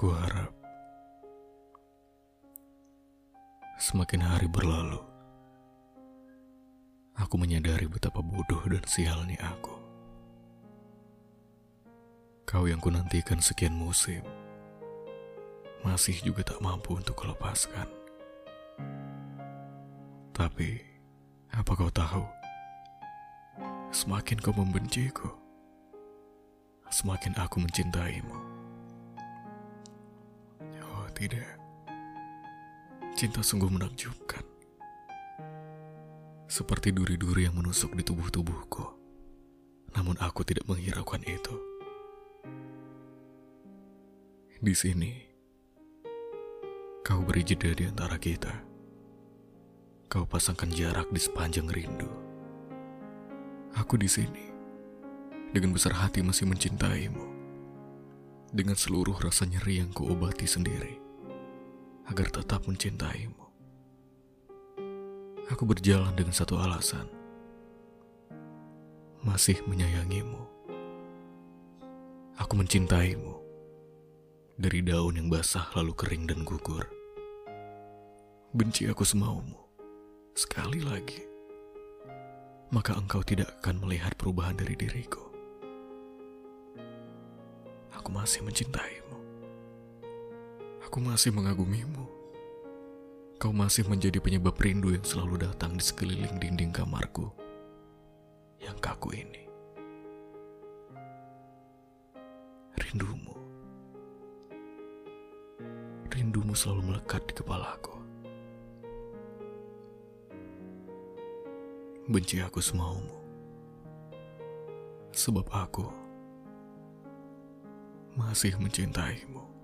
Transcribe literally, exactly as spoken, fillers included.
Aku harap semakin hari berlalu, aku menyadari betapa bodoh dan sialnya aku. Kau yang kunantikan sekian musim, masih juga tak mampu untuk kulepaskan. Tapi, apa kau tahu? Semakin kau membenciku, semakin aku mencintaimu. Oh tidak, cinta sungguh menakjubkan. Seperti duri-duri yang menusuk di tubuh-tubuhku, namun aku tidak menghiraukan itu. Di sini, kau beri jeda di antara kita. Kau pasangkan jarak di sepanjang rindu. Aku di sini, dengan besar hati masih mencintaimu. Dengan seluruh rasa nyeri yang kuobati sendiri, agar tetap mencintaimu. Aku berjalan dengan satu alasan, masih menyayangimu. Aku mencintaimu, dari daun yang basah lalu kering dan gugur. Benci aku semaumu, sekali lagi, maka engkau tidak akan melihat perubahan dari diriku. Aku masih mencintaimu. Aku masih mengagumimu. Kau masih menjadi penyebab rindu yang selalu datang di sekeliling dinding kamarku yang kaku ini. Rindumu. Rindumu selalu melekat di kepalaku. Benci aku semaumu, sebab aku masih mencintaimu.